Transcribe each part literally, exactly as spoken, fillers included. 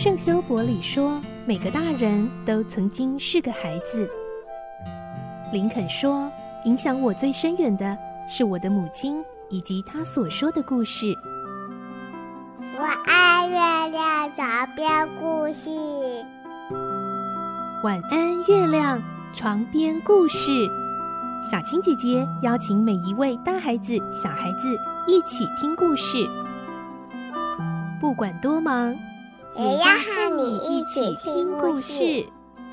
圣修伯里说，每个大人都曾经是个孩子。林肯说，影响我最深远的是我的母亲以及她所说的故事。 我爱月亮床边故事。 晚安，月亮床边故事。小青姐姐邀请每一位大孩子、小孩子一起听故事，不管多忙， 也要和你一起听故事。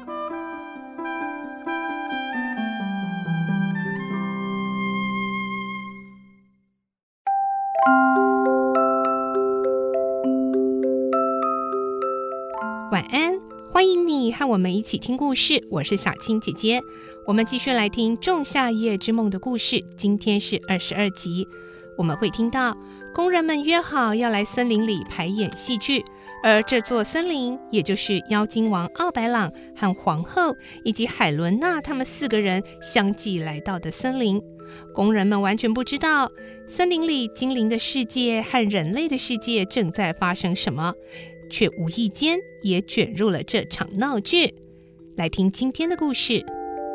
晚安，欢迎你和我们一起听故事，我是小青姐姐。我们继续来听《仲夏夜之梦》的故事，今天是二十二集。我们会听到工人们约好要来森林里排演戏剧，而这座森林也就是妖精王奥白朗和皇后以及海伦娜他们四个人相继来到的森林。工人们完全不知道森林里精灵的世界和人类的世界正在发生什么，却无意间也卷入了这场闹剧。来听今天的故事，《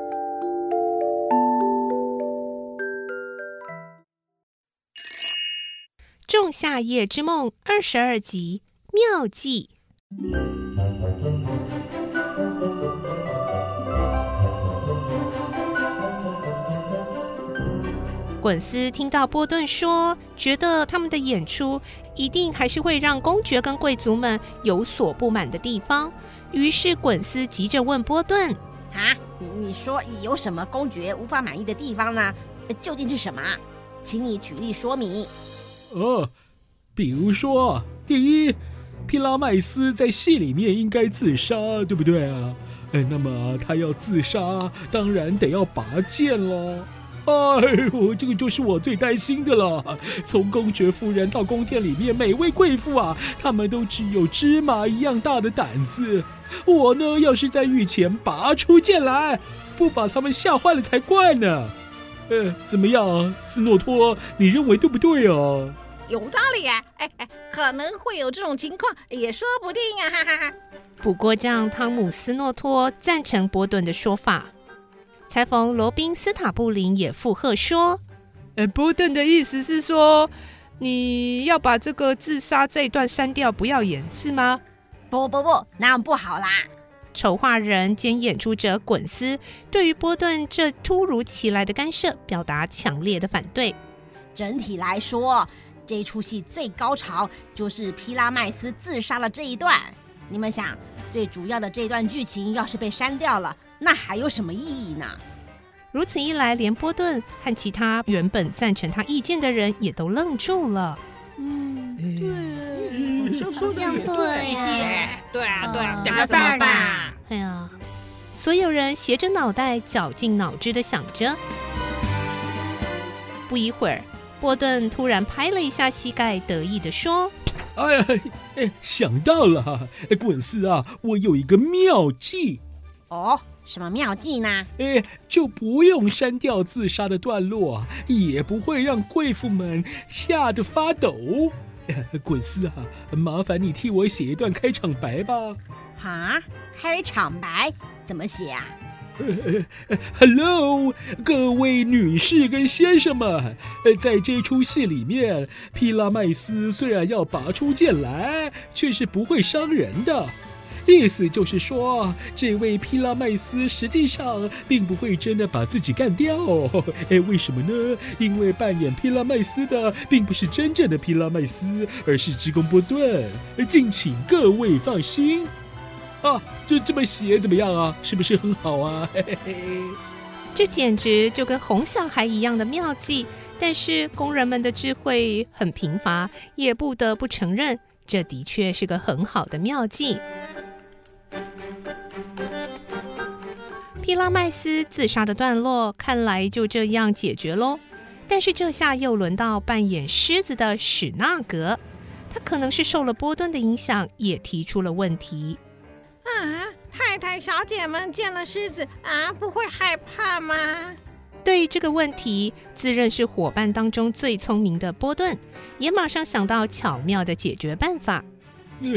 仲夏夜之梦》二十二集妙计。滚丝听到波顿说，觉得他们的演出一定还是会让公爵跟贵族们有所不满的地方，于是滚丝急着问波顿： 啊，你说有什么公爵无法满意的地方呢？究竟是什么？请你举例说明。 哦，比如说，第一，皮拉麦斯在戏里面应该自杀，对不对啊？那么他要自杀，当然得要拔剑咯。哎呦，这个就是我最担心的了。从公爵夫人到宫殿里面每位贵妇啊，他们都只有芝麻一样大的胆子。我呢，要是在御前拔出剑来，不把他们吓坏了才怪呢。呃，怎么样，斯诺托，你认为对不对啊？ 有道理啊，哎哎，可能会有这种情况，也说不定啊，哈哈哈。 不过这样，汤姆斯诺托赞成波顿的说法。裁缝罗宾斯塔布林也附和说：“ 呃，波顿的意思是说，你要把这个自杀这一段删掉，不要演，是吗？” 不不不，那样不好啦。 筹划人兼演出者滚丝对于波顿这突如其来的干涉表达强烈的反对。 整体来说，这一出戏最高潮就是皮拉麦斯自杀的这一段。你们想，最主要的这段剧情要是被删掉了，那还有什么意义呢？ 如此一来，连波顿和其他原本赞成他意见的人也都愣住了。 嗯， 对， 好像对耶， 对啊，对啊， 怎么办啊？ 哎呀，所有人斜着脑袋，绞尽脑汁的想着。不一会儿，波顿突然拍了一下膝盖，得意地说：“ 哎呀，哎，想到了，滚丝啊，我有一个妙计。” 哦，什么妙计呢？ 哎，就不用删掉自杀的段落，也不会让贵妇们吓得发抖。滚丝啊，麻烦你替我写一段开场白吧。 哈，开场白怎么写啊 ？Hello， 各位女士跟先生们，在这出戏里面，皮拉麦斯虽然要拔出剑来，却是不会伤人的。意思就是说，这位皮拉麦斯实际上并不会真的把自己干掉。哎，为什么呢？因为扮演皮拉麦斯的并不是真正的皮拉麦斯，而是职工波顿。敬请各位放心。啊，就这么写怎么样啊？是不是很好啊？嘿嘿嘿， 这简直就跟哄小孩一样的妙计，但是工人们的智慧很贫乏，也不得不承认，这的确是个很好的妙计。皮拉麦斯自杀的段落看来就这样解决咯，但是这下又轮到扮演狮子的史纳格，他可能是受了波顿的影响，也提出了问题。 啊，太太小姐们见了狮子啊，不会害怕吗？ 对于这个问题，自认是伙伴当中最聪明的波顿，也马上想到巧妙的解决办法。 呃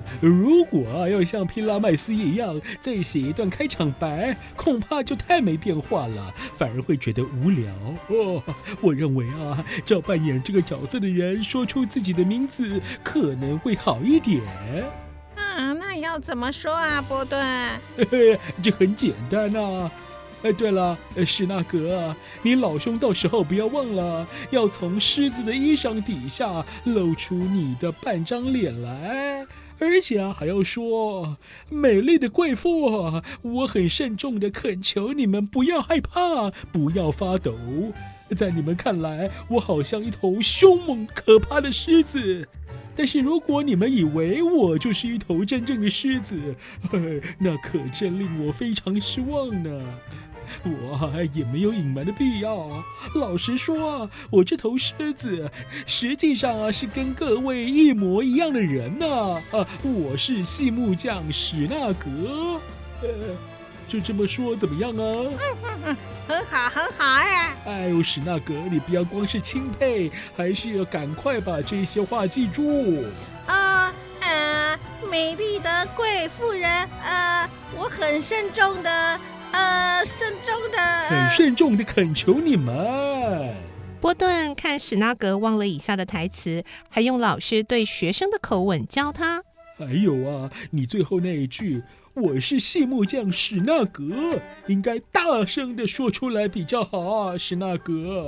如果啊要像皮拉麦斯一样再写一段开场白，恐怕就太没变化了，反而会觉得无聊哦。我认为啊，照扮演这个角色的人说出自己的名字可能会好一点。 啊，那要怎么说啊，波顿？ 嘿嘿，这很简单啊。哎，对了，史纳格啊，你老兄到时候不要忘了，要从狮子的衣裳底下露出你的半张脸来，而且啊，还要说，美丽的贵妇啊，我很慎重的恳求你们不要害怕，不要发抖。在你们看来，我好像一头凶猛可怕的狮子。但是如果你们以为我就是一头真正的狮子，那可真令我非常失望呢。我也没有隐瞒的必要。老实说，我这头狮子实际上啊是跟各位一模一样的人呢、啊。啊，我是细木匠史纳格。呃，就这么说怎么样啊？ 嗯嗯嗯，很好，很好哎。 哎呦，史纳格，你不要光是钦佩，还是要赶快把这些话记住。 啊呃，美丽的贵妇人，呃，我很慎重的。呃，慎重的， 很慎重的恳求你们。 波顿看史纳格忘了以下的台词，还用老师对学生的口吻教他。 还有啊，你最后那一句“我是细木匠史纳格”，应该大声的说出来比较好啊，史纳格。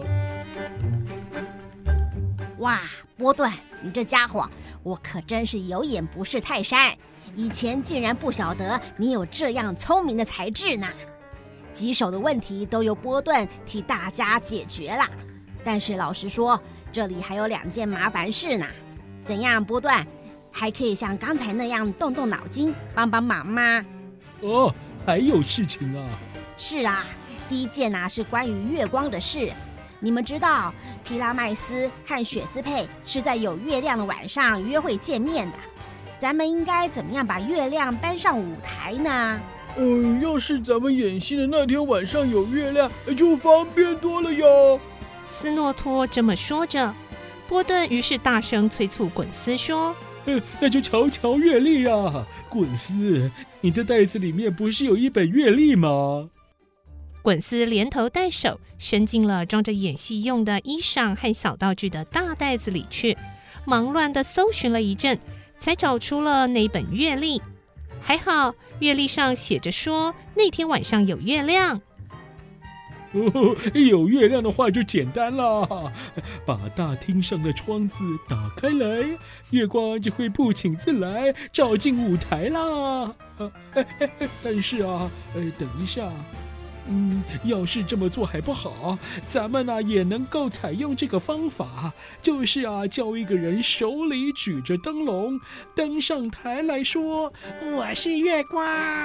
哇，波顿，你这家伙，我可真是有眼不识泰山，以前竟然不晓得你有这样聪明的才智呢。棘手的问题都由波顿替大家解决了，但是老实说，这里还有两件麻烦事呢。怎样，波顿？还可以像刚才那样动动脑筋，帮帮忙吗？ 哦，还有事情啊？ 是啊，第一件啊是关于月光的事。你们知道，皮拉麦斯和雪斯佩是在有月亮的晚上约会见面的。咱们应该怎么样把月亮搬上舞台呢？ 嗯，要是咱们演戏的那天晚上有月亮，就方便多了哟。 斯诺托这么说着，波顿于是大声催促滚斯说：“ 嗯，那就瞧瞧月历啊，滚斯，你的袋子里面不是有一本月历吗？” 滚斯连头带手伸进了装着演戏用的衣裳和小道具的大袋子里去，忙乱地搜寻了一阵，才找出了那本月历。还好月历上写着说那天晚上有月亮。 哦，有月亮的话就简单了，把大厅上的窗子打开来，月光就会不请自来照进舞台啦。啊，但是啊，呃，等一下。嗯，要是这么做还不好，咱们呢、啊、也能够采用这个方法，就是啊，叫一个人手里举着灯笼，登上台来说：“我是月光。”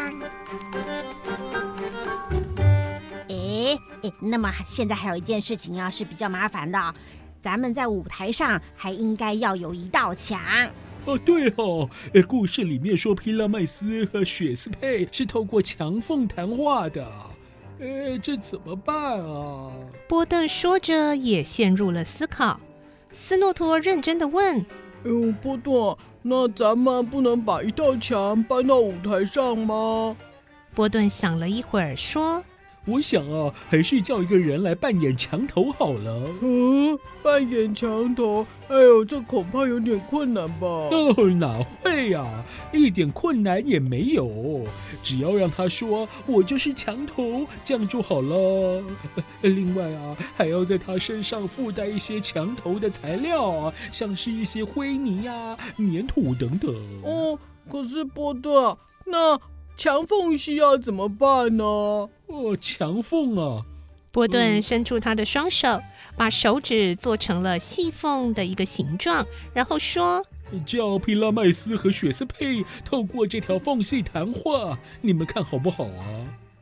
诶诶，那么现在还有一件事情啊是比较麻烦的，咱们在舞台上还应该要有一道墙。 哦，对哦，故事里面说皮拉麦斯和雪斯佩是透过墙缝谈话的。哎，这怎么办啊？ 波顿说着也陷入了思考。斯诺托认真地问：“ 嗯，波顿，那咱们不能把一道墙搬到舞台上吗？” 波顿想了一会儿说：“ 我想啊，还是叫一个人来扮演墙头好了。” 嗯，扮演墙头，哎呦，这恐怕有点困难吧？ 哦，哪会呀、啊，一点困难也没有，只要让他说我就是墙头，这样就好了。另外啊，还要在他身上附带一些墙头的材料，像是一些灰泥呀、粘土等等。 哦，可是波顿，那墙缝隙要怎么办呢？ 哦，墙缝啊！ 波顿伸出他的双手，把手指做成了细缝的一个形状，然后说：“ 叫皮拉麦斯和雪斯佩透过这条缝隙谈话，你们看好不好啊？”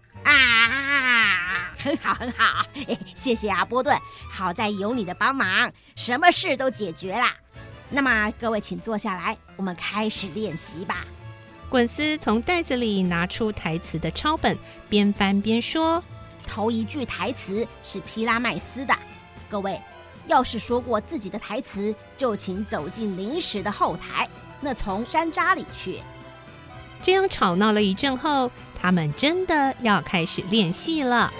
啊，很好很好，谢谢啊，波顿，好在有你的帮忙，什么事都解决啦。那么各位请坐下来，我们开始练习吧。 滚斯从袋子里拿出台词的抄本，边翻边说：“ 头一句台词是皮拉麦斯的，各位要是说过自己的台词，就请走进临时的后台。 那丛山楂里去。 这样吵闹了一阵后，他们真的要开始练戏了。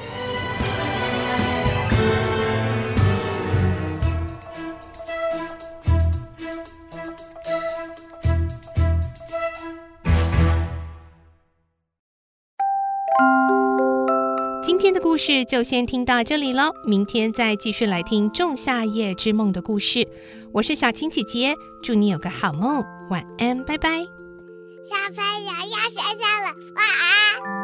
今天的故事就先听到这里咯，明天再继续来听《仲夏夜之梦》的故事。我是小青姐姐，祝你有个好梦，晚安，拜拜。 小朋友要睡觉了，晚安。